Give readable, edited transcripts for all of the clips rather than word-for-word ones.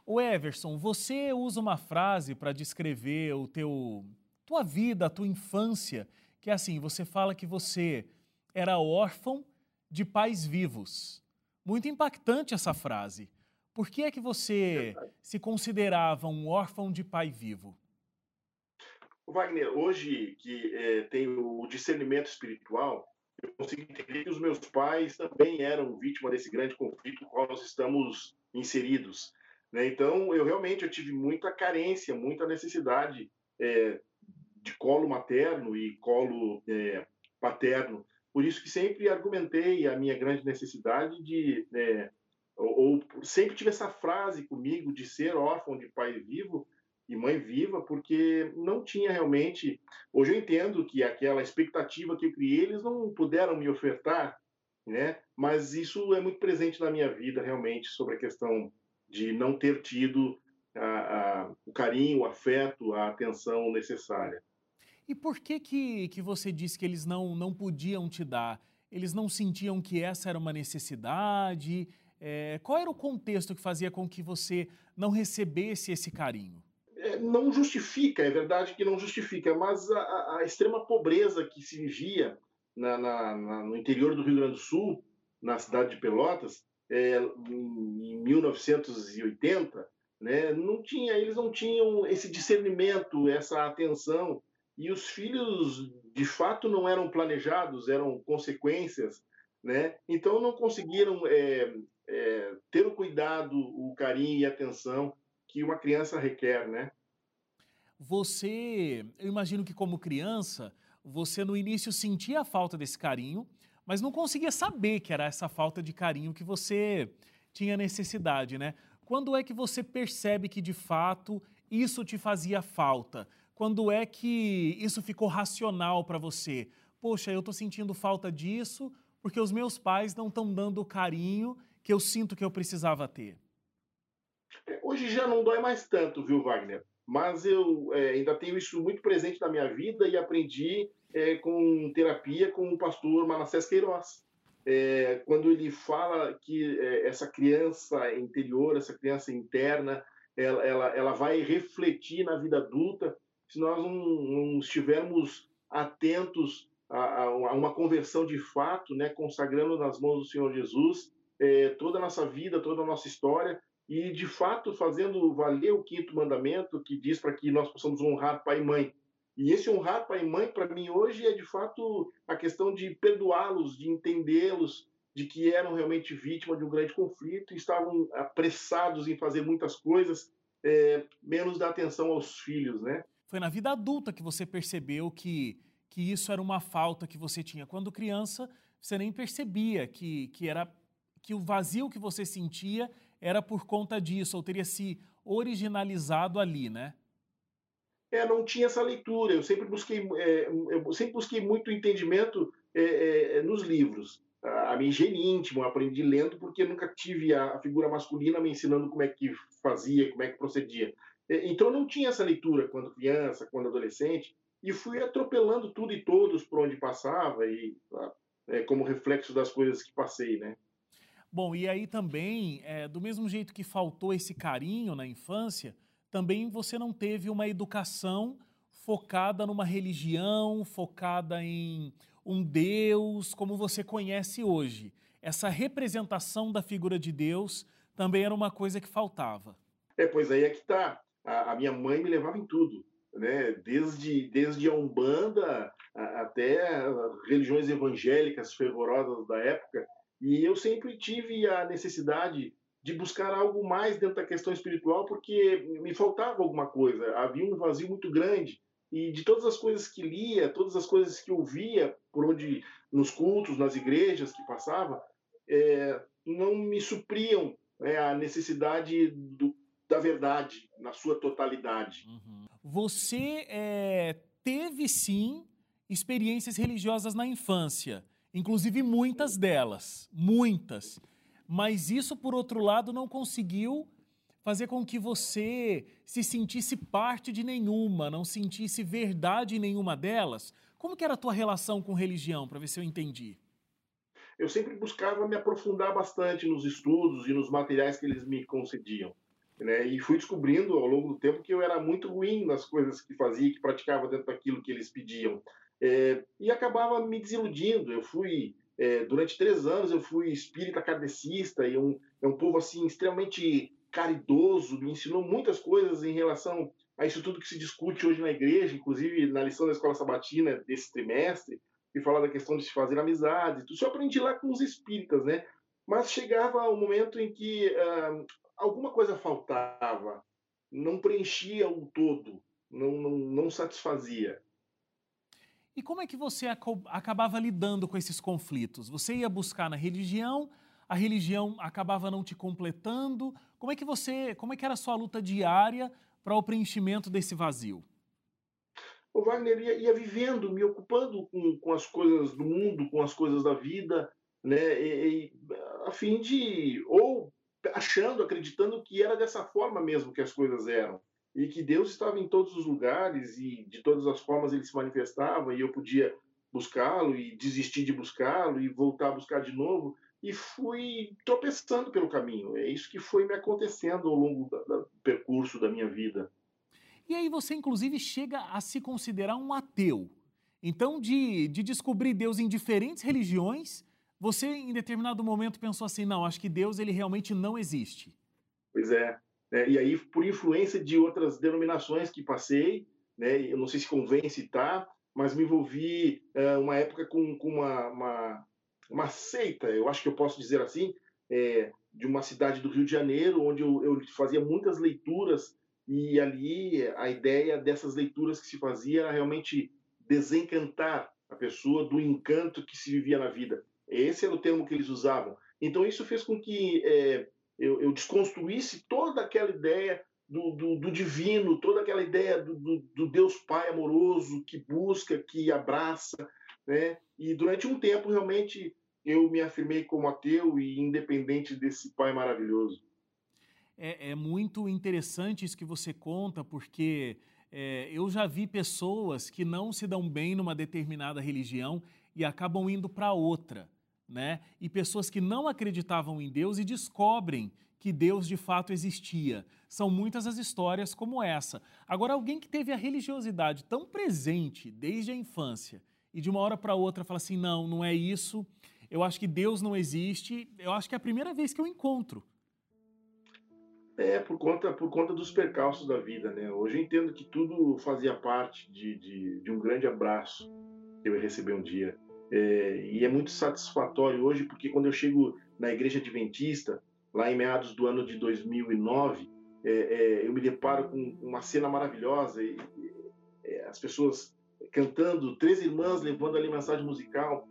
O Everson, você usa uma frase para descrever tua vida, a tua infância, que é assim, você fala que você era órfão de pais vivos. Muito impactante essa frase. Por que é que você Verdade. se considerava um órfão de pai vivo? Wagner, hoje que tenho o discernimento espiritual, eu consigo entender que os meus pais também eram vítima desse grande conflito no qual nós estamos inseridos. Né? Então, eu tive muita carência, muita necessidade é, de colo materno e colo paterno. Por isso que sempre argumentei a minha grande necessidade ou sempre tive essa frase comigo de ser órfão de pai vivo e mãe viva, porque não tinha realmente. Hoje eu entendo que aquela expectativa que eu criei, eles não puderam me ofertar, né? Mas isso é muito presente na minha vida, realmente, sobre a questão de não ter tido o carinho, o afeto, a atenção necessária. E por que você disse que eles não podiam te dar? Eles não sentiam que essa era uma necessidade? Qual era o contexto que fazia com que você não recebesse esse carinho? Não justifica, é verdade que não justifica, mas a extrema pobreza que se vivia no interior do Rio Grande do Sul, na cidade de Pelotas, em 1980, né, eles não tinham esse discernimento, essa atenção, e os filhos, de fato, não eram planejados, eram consequências, né? Então não conseguiram ter o cuidado, o carinho e a atenção que uma criança requer, né? Eu imagino que como criança, você no início sentia a falta desse carinho, mas não conseguia saber que era essa falta de carinho que você tinha necessidade, né? Quando é que você percebe que de fato isso te fazia falta? Quando é que isso ficou racional para você? Poxa, eu estou sentindo falta disso porque os meus pais não estão dando o carinho que eu sinto que eu precisava ter. Hoje já não dói mais tanto, viu, Wagner? Mas eu ainda tenho isso muito presente na minha vida e aprendi com terapia com o pastor Manassés Queiroz. Quando ele fala que essa criança interior, essa criança interna, ela vai refletir na vida adulta se nós não estivermos atentos a uma conversão de fato, né, consagrando nas mãos do Senhor Jesus toda a nossa vida, toda a nossa história, e de fato fazendo valer o quinto mandamento que diz para que nós possamos honrar pai e mãe. E esse honrar pai e mãe, para mim, hoje é de fato a questão de perdoá-los, de entendê-los, de que eram realmente vítima de um grande conflito e estavam apressados em fazer muitas coisas, menos dar atenção aos filhos, né? Foi na vida adulta que você percebeu que isso era uma falta que você tinha. Quando criança, você nem percebia que o vazio que você sentia era por conta disso, ou teria se originalizado ali, né? Não tinha essa leitura. Eu sempre busquei muito entendimento nos livros. A minha higiene íntima eu aprendi lendo porque nunca tive a figura masculina me ensinando como é que fazia, como é que procedia. Então eu não tinha essa leitura quando criança, quando adolescente, e fui atropelando tudo e todos por onde passava e como reflexo das coisas que passei, né? Bom, e aí também, do mesmo jeito que faltou esse carinho na infância, também você não teve uma educação focada numa religião, focada em um Deus como você conhece hoje. Essa representação da figura de Deus também era uma coisa que faltava. Pois aí é que tá. A minha mãe me levava em tudo, né? Desde a Umbanda até religiões evangélicas fervorosas da época. E eu sempre tive a necessidade de buscar algo mais dentro da questão espiritual, porque me faltava alguma coisa. Havia um vazio muito grande. E de todas as coisas que lia, todas as coisas que ouvia, por onde, nos cultos, nas igrejas que passava, não me supriam a necessidade da verdade na sua totalidade. Uhum. Você teve sim experiências religiosas na infância, inclusive muitas delas, muitas. Mas isso, por outro lado, não conseguiu fazer com que você se sentisse parte de nenhuma, não sentisse verdade em nenhuma delas. Como que era a tua relação com religião, para ver se eu entendi? Eu sempre buscava me aprofundar bastante nos estudos e nos materiais que eles me concediam. né? E fui descobrindo ao longo do tempo que eu era muito ruim nas coisas que fazia, que praticava dentro daquilo que eles pediam. E acabava me desiludindo. Eu fui, durante 3 anos, eu fui espírita kardecista, e é um povo assim extremamente caridoso, me ensinou muitas coisas em relação a isso tudo que se discute hoje na igreja, inclusive na lição da escola sabatina desse trimestre, que fala da questão de se fazer amizade. Isso eu aprendi lá com os espíritas, né? Mas chegava um momento em que alguma coisa faltava, não preenchia o todo, não satisfazia. E como é que você acabava lidando com esses conflitos? Você ia buscar na religião, a religião acabava não te completando. Como é que era a sua luta diária para o preenchimento desse vazio? O Wagner ia vivendo, me ocupando com as coisas do mundo, com as coisas da vida, né? A fim de, ou achando, acreditando que era dessa forma mesmo que as coisas eram. E que Deus estava em todos os lugares e de todas as formas ele se manifestava e eu podia buscá-lo e desistir de buscá-lo e voltar a buscar de novo. E fui tropeçando pelo caminho. É isso que foi me acontecendo ao longo do percurso da minha vida. E aí você, inclusive, chega a se considerar um ateu. Então, de descobrir Deus em diferentes religiões, você, em determinado momento, pensou assim, não, acho que Deus, ele realmente não existe. Pois é. E aí, por influência de outras denominações que passei, né, eu não sei se convém citar, mas me envolvi uma época com uma seita, eu acho que eu posso dizer assim, de uma cidade do Rio de Janeiro, onde eu fazia muitas leituras, e ali a ideia dessas leituras que se fazia era realmente desencantar a pessoa do encanto que se vivia na vida. Esse era o termo que eles usavam. Então, isso fez com que eu desconstruísse toda aquela ideia do divino, toda aquela ideia do Deus Pai amoroso, que busca, que abraça, né? E durante um tempo, realmente, eu me afirmei como ateu e independente desse Pai maravilhoso. É muito interessante isso que você conta, porque eu já vi pessoas que não se dão bem numa determinada religião e acabam indo para outra, né? E pessoas que não acreditavam em Deus e descobrem que Deus de fato existia. São muitas as histórias como essa. Agora, alguém que teve a religiosidade tão presente desde a infância e de uma hora para outra fala assim: não, não é isso, eu acho que Deus não existe, eu acho que é a primeira vez que eu encontro. Por conta dos percalços da vida, né? Hoje eu entendo que tudo fazia parte de um grande abraço que eu ia receber um dia. E é muito satisfatório hoje, porque quando eu chego na igreja adventista, lá em meados do ano de 2009, eu me deparo com uma cena maravilhosa, as pessoas cantando, 3 irmãs levando ali mensagem musical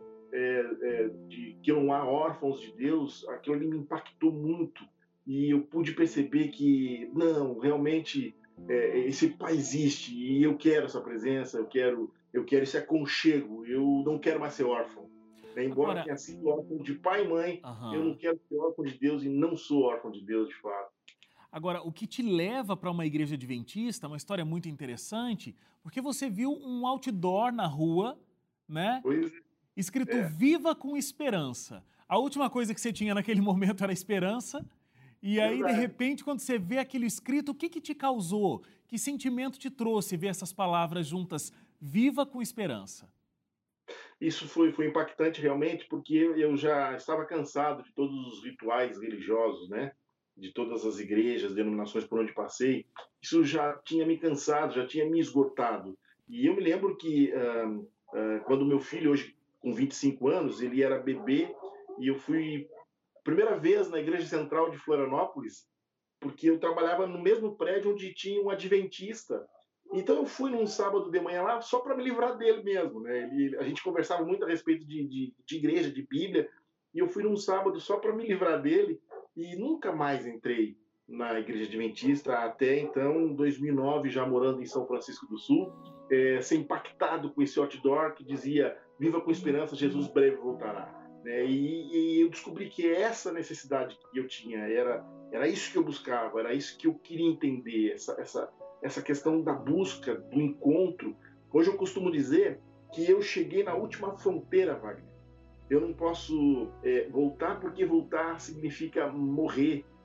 de que não há órfãos de Deus. Aquilo ali me impactou muito e eu pude perceber que não, realmente esse pai existe e eu quero essa presença, eu quero esse aconchego, eu não quero mais ser órfão. Né? Embora Agora, tenha sido órfão de pai e mãe, eu não aham. quero ser órfão de Deus e não sou órfão de Deus de fato. Agora, o que te leva para uma igreja adventista, uma história muito interessante, porque você viu um outdoor na rua, né? Pois Escrito é, Viva com Esperança. A última coisa que você tinha naquele momento era esperança, e aí, de verdade. repente, quando você vê aquilo escrito, o que que te causou? Que sentimento te trouxe ver essas palavras juntas? Viva com esperança. Isso foi impactante realmente, porque eu já estava cansado de todos os rituais religiosos, né? De todas as igrejas, denominações por onde passei. Isso já tinha me cansado, já tinha me esgotado. E eu me lembro que quando meu filho, hoje com 25 anos, ele era bebê, e eu fui primeira vez na Igreja Central de Florianópolis, porque eu trabalhava no mesmo prédio onde tinha um adventista. Então eu fui num sábado de manhã lá só para me livrar dele mesmo, né? A gente conversava muito a respeito de igreja, de Bíblia, e eu fui num sábado só para me livrar dele e nunca mais entrei na igreja adventista até então, 2009, já morando em São Francisco do Sul, ser impactado com esse outdoor que dizia: Viva com esperança, Jesus breve voltará. Né? E eu descobri que essa necessidade que eu tinha era isso que eu buscava, era isso que eu queria entender, essa questão da busca, do encontro. Hoje eu costumo dizer que eu cheguei na última fronteira, Wagner. Eu não posso voltar, porque voltar significa morrer.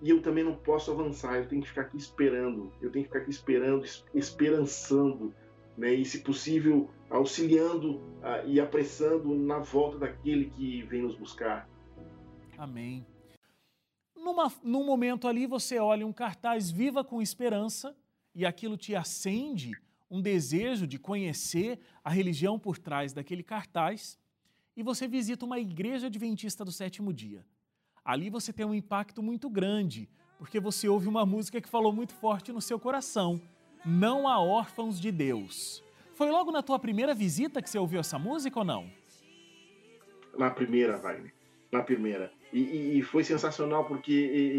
e eu também não posso avançar, eu tenho que ficar aqui esperando, eu tenho que ficar aqui esperando, esperançando, né? E, se possível, auxiliando e apressando na volta daquele que vem nos buscar. Amém. Num momento ali, você olha um cartaz Viva com Esperança e aquilo te acende um desejo de conhecer a religião por trás daquele cartaz e você visita uma igreja adventista do sétimo dia. Ali você tem um impacto muito grande, porque você ouve uma música que falou muito forte no seu coração. Não há órfãos de Deus. Foi logo na tua primeira visita que você ouviu essa música ou não? Na primeira, Wagner, na primeira. E foi sensacional porque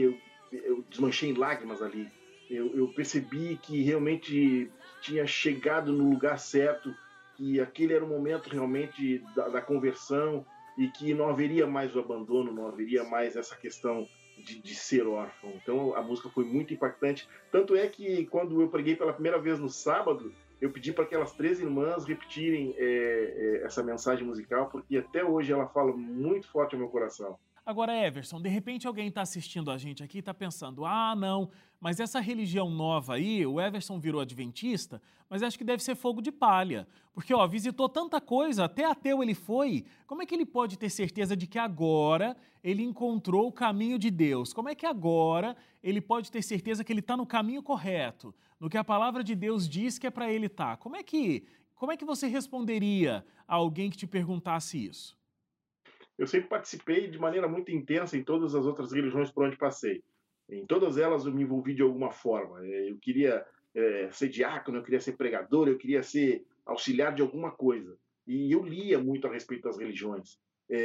eu desmanchei em lágrimas ali. Eu percebi que realmente tinha chegado no lugar certo, que aquele era o momento realmente da conversão e que não haveria mais o abandono, não haveria mais essa questão de ser órfão. Então a música foi muito impactante. Tanto é que quando eu preguei pela primeira vez no sábado, eu pedi para aquelas 3 irmãs repetirem essa mensagem musical, porque até hoje ela fala muito forte ao meu coração. Agora, Everson, de repente alguém está assistindo a gente aqui e está pensando, ah, não, mas essa religião nova aí, o Everson virou adventista, mas acho que deve ser fogo de palha. Porque, ó, visitou tanta coisa, até ateu ele foi, como é que ele pode ter certeza de que agora ele encontrou o caminho de Deus? Como é que agora ele pode ter certeza que ele está no caminho correto, no que a palavra de Deus diz que é para ele estar? Como é que você responderia a alguém que te perguntasse isso? Eu sempre participei de maneira muito intensa em todas as outras religiões por onde passei. Em todas elas eu me envolvi de alguma forma. Eu queria ser diácono, eu queria ser pregador, eu queria ser auxiliar de alguma coisa. E eu lia muito a respeito das religiões.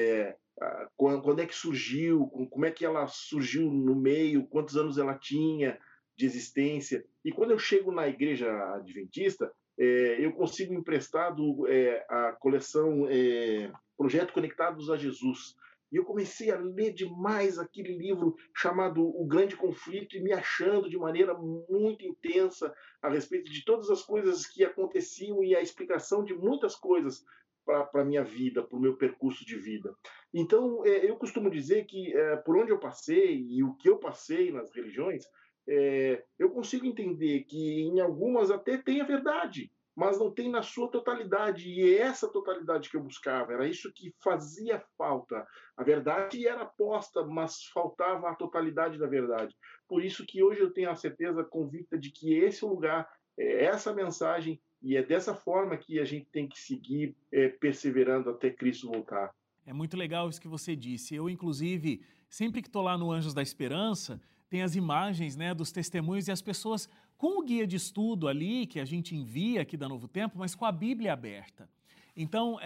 Quando é que surgiu, como é que ela surgiu no meio, quantos anos ela tinha de existência. E quando eu chego na igreja adventista, eu consigo emprestado a coleção Projeto Conectados a Jesus. E eu comecei a ler demais aquele livro chamado O Grande Conflito e me achando de maneira muito intensa a respeito de todas as coisas que aconteciam e a explicação de muitas coisas para a minha vida, para o meu percurso de vida. Então, eu costumo dizer que por onde eu passei e o que eu passei nas religiões, eu consigo entender que em algumas até tem a verdade, mas não tem na sua totalidade, e é essa totalidade que eu buscava, era isso que fazia falta. A verdade era posta, mas faltava a totalidade da verdade. Por isso que hoje eu tenho a certeza convicta de que esse é o lugar, é essa mensagem, e é dessa forma que a gente tem que seguir perseverando até Cristo voltar. É muito legal isso que você disse. Eu, inclusive, sempre que estou lá no Anjos da Esperança, tem as imagens, né, dos testemunhos e as pessoas com o guia de estudo ali, que a gente envia aqui da Novo Tempo, mas com a Bíblia aberta. Então,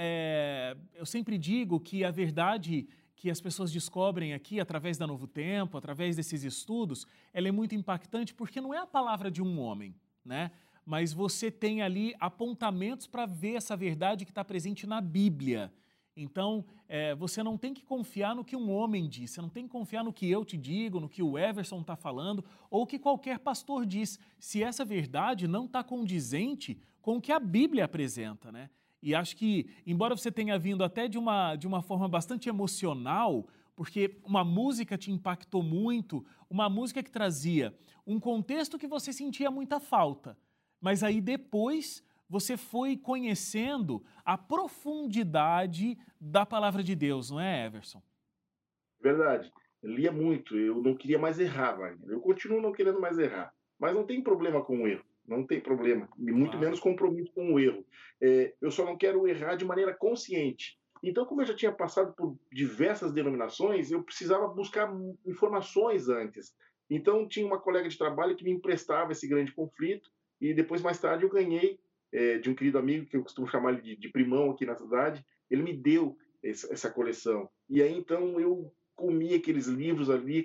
eu sempre digo que a verdade que as pessoas descobrem aqui através da Novo Tempo, através desses estudos, ela é muito impactante porque não é a palavra de um homem, né? Mas você tem ali apontamentos para ver essa verdade que está presente na Bíblia. Então, você não tem que confiar no que um homem diz, você não tem que confiar no que eu te digo, no que o Everson está falando, ou que qualquer pastor diz, se essa verdade não está condizente com o que a Bíblia apresenta, né? E acho que, embora você tenha vindo até de uma forma bastante emocional, porque uma música te impactou muito, uma música que trazia um contexto que você sentia muita falta, mas aí depois você foi conhecendo a profundidade da palavra de Deus, não é, Everson? Verdade. Eu lia muito, eu não queria mais errar, Wagner. Eu continuo não querendo mais errar. Mas não tem problema com o erro. Não tem problema. E muito Claro. menos compromisso com o erro. Eu só não quero errar de maneira consciente. Então, como eu já tinha passado por diversas denominações, eu precisava buscar informações antes. Então, tinha uma colega de trabalho que me emprestava esse grande conflito, e depois, mais tarde, eu ganhei de um querido amigo, que eu costumo chamar ele de primão aqui na cidade. Ele me deu essa coleção. E aí, então, eu comi aqueles livros ali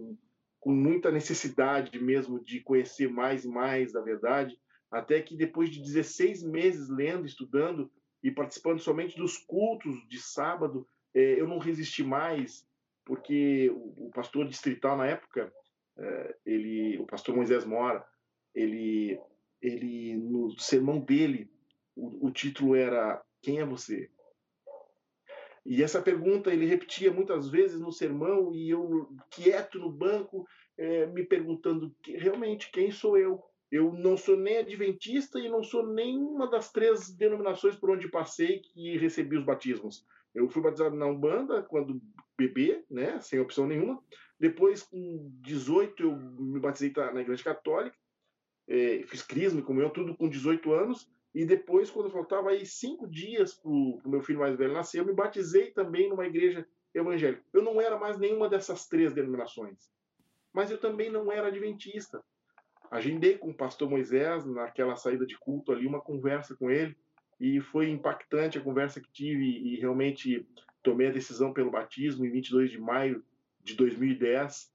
com muita necessidade mesmo de conhecer mais e mais da verdade, até que depois de 16 meses lendo, estudando e participando somente dos cultos de sábado, eu não resisti mais, porque o pastor distrital na época, o pastor Moisés Mora, ele no sermão dele, o título era Quem é você? E essa pergunta ele repetia muitas vezes no sermão, e eu quieto no banco, me perguntando realmente quem sou eu. Eu não sou nem adventista e não sou nenhuma das 3 denominações por onde passei que recebi os batismos. Eu fui batizado na Umbanda quando bebê, né, sem opção nenhuma. Depois, com 18, eu me batizei na Igreja Católica, fiz crisma, comunhão, tudo com 18 anos. E depois, quando faltava aí 5 dias para o meu filho mais velho nascer, eu me batizei também numa igreja evangélica. Eu não era mais nenhuma dessas 3 denominações, mas eu também não era adventista. Agendei com o pastor Moisés, naquela saída de culto ali, uma conversa com ele, e foi impactante a conversa que tive, e realmente tomei a decisão pelo batismo em 22 de maio de 2010,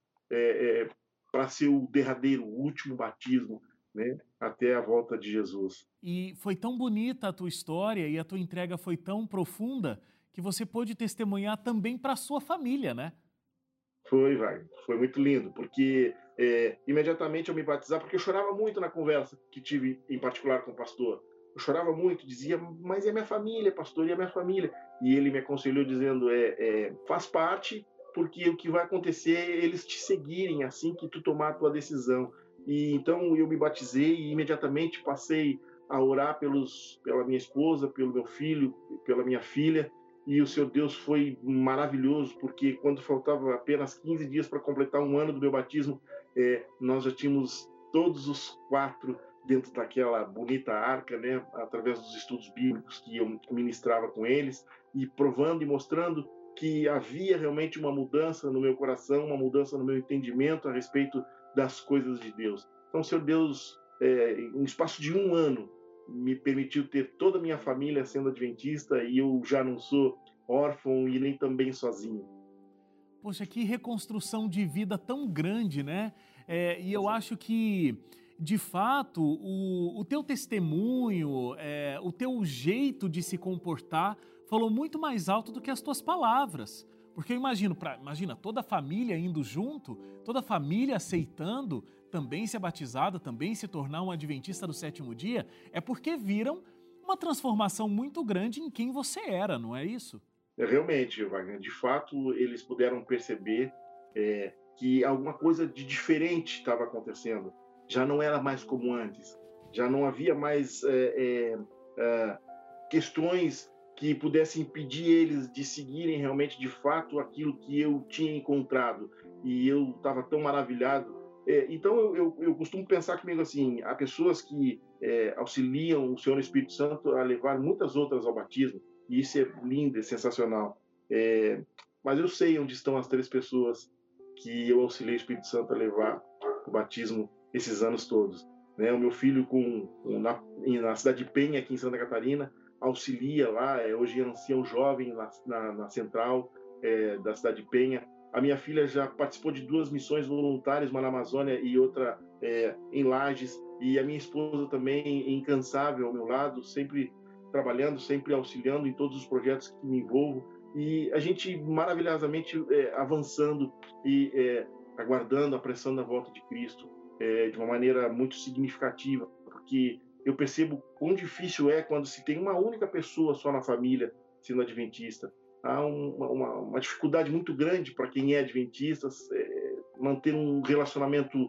para ser o derradeiro, o último batismo, né, até a volta de Jesus. E foi tão bonita a tua história e a tua entrega foi tão profunda que você pôde testemunhar também para a sua família, né? Foi, vai, foi muito lindo, porque imediatamente eu me batizar, porque eu chorava muito na conversa que tive, em particular com o pastor. Eu chorava muito, dizia, mas e a minha família, pastor, e a minha família? E ele me aconselhou dizendo, faz parte, porque o que vai acontecer é eles te seguirem assim que tu tomar a tua decisão. E então eu me batizei e imediatamente passei a orar pela minha esposa, pelo meu filho, pela minha filha, e o seu Deus foi maravilhoso, porque quando faltava apenas 15 dias para completar um ano do meu batismo, nós já tínhamos todos os 4 dentro daquela bonita arca, né, através dos estudos bíblicos que eu ministrava com eles, e provando e mostrando que havia realmente uma mudança no meu coração, uma mudança no meu entendimento a respeito das coisas de Deus. Então, o Senhor Deus, em um espaço de um ano, me permitiu ter toda a minha família sendo adventista, e eu já não sou órfão e nem também sozinho. Poxa, que reconstrução de vida tão grande, né? E eu acho que, de fato, o teu testemunho, o teu jeito de se comportar falou muito mais alto do que as tuas palavras. Porque eu imagino, imagina toda a família indo junto, toda a família aceitando também ser batizada, também se tornar um adventista do sétimo dia, é porque viram uma transformação muito grande em quem você era, não é isso? Realmente, Wagner, de fato, eles puderam perceber que alguma coisa de diferente estava acontecendo. Já não era mais como antes. Já não havia mais questões que pudessem impedir eles de seguirem realmente, de fato, aquilo que eu tinha encontrado. E eu estava tão maravilhado. Então, eu costumo pensar comigo assim: há pessoas que auxiliam o Senhor Espírito Santo a levar muitas outras ao batismo, e isso é lindo, é sensacional. Mas eu sei onde estão as 3 pessoas que eu auxiliei o Espírito Santo a levar o batismo esses anos todos. Né? O meu filho na cidade de Penha, aqui em Santa Catarina, auxilia lá, hoje é ancião jovem na central da cidade de Penha. A minha filha já participou de 2 missões voluntárias, uma na Amazônia e outra em Lages, e a minha esposa também, incansável ao meu lado, sempre trabalhando, sempre auxiliando em todos os projetos que me envolvo, e a gente maravilhosamente avançando e aguardando, apressando a volta de Cristo de uma maneira muito significativa, porque eu percebo quão difícil é quando se tem uma única pessoa só na família sendo adventista. Há uma dificuldade muito grande para quem é adventista manter um relacionamento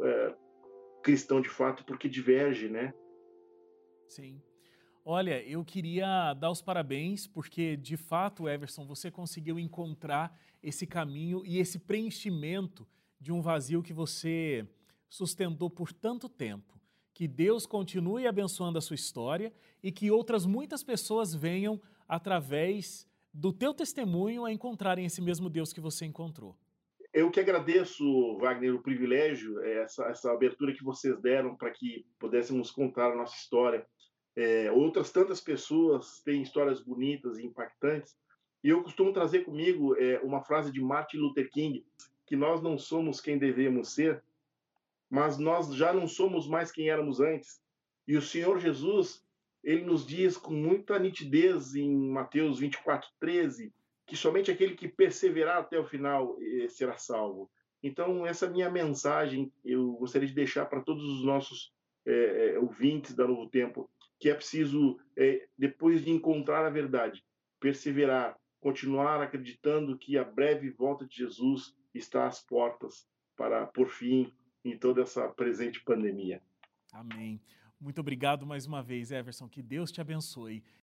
cristão de fato, porque diverge, né? Sim. Olha, eu queria dar os parabéns, porque de fato, Everson, você conseguiu encontrar esse caminho e esse preenchimento de um vazio que você sustentou por tanto tempo. Que Deus continue abençoando a sua história e que outras muitas pessoas venham, através do teu testemunho, a encontrarem esse mesmo Deus que você encontrou. Eu que agradeço, Wagner, o privilégio, essa abertura que vocês deram para que pudéssemos contar a nossa história. Outras tantas pessoas têm histórias bonitas e impactantes, e eu costumo trazer comigo uma frase de Martin Luther King, que nós não somos quem devemos ser, mas nós já não somos mais quem éramos antes. E o Senhor Jesus, ele nos diz com muita nitidez em Mateus 24:13, que somente aquele que perseverar até o final será salvo. Então, essa minha mensagem eu gostaria de deixar para todos os nossos ouvintes da Novo Tempo, que é preciso, depois de encontrar a verdade, perseverar, continuar acreditando que a breve volta de Jesus está às portas, para por fim em toda essa presente pandemia. Amém. Muito obrigado mais uma vez, Everson. Que Deus te abençoe.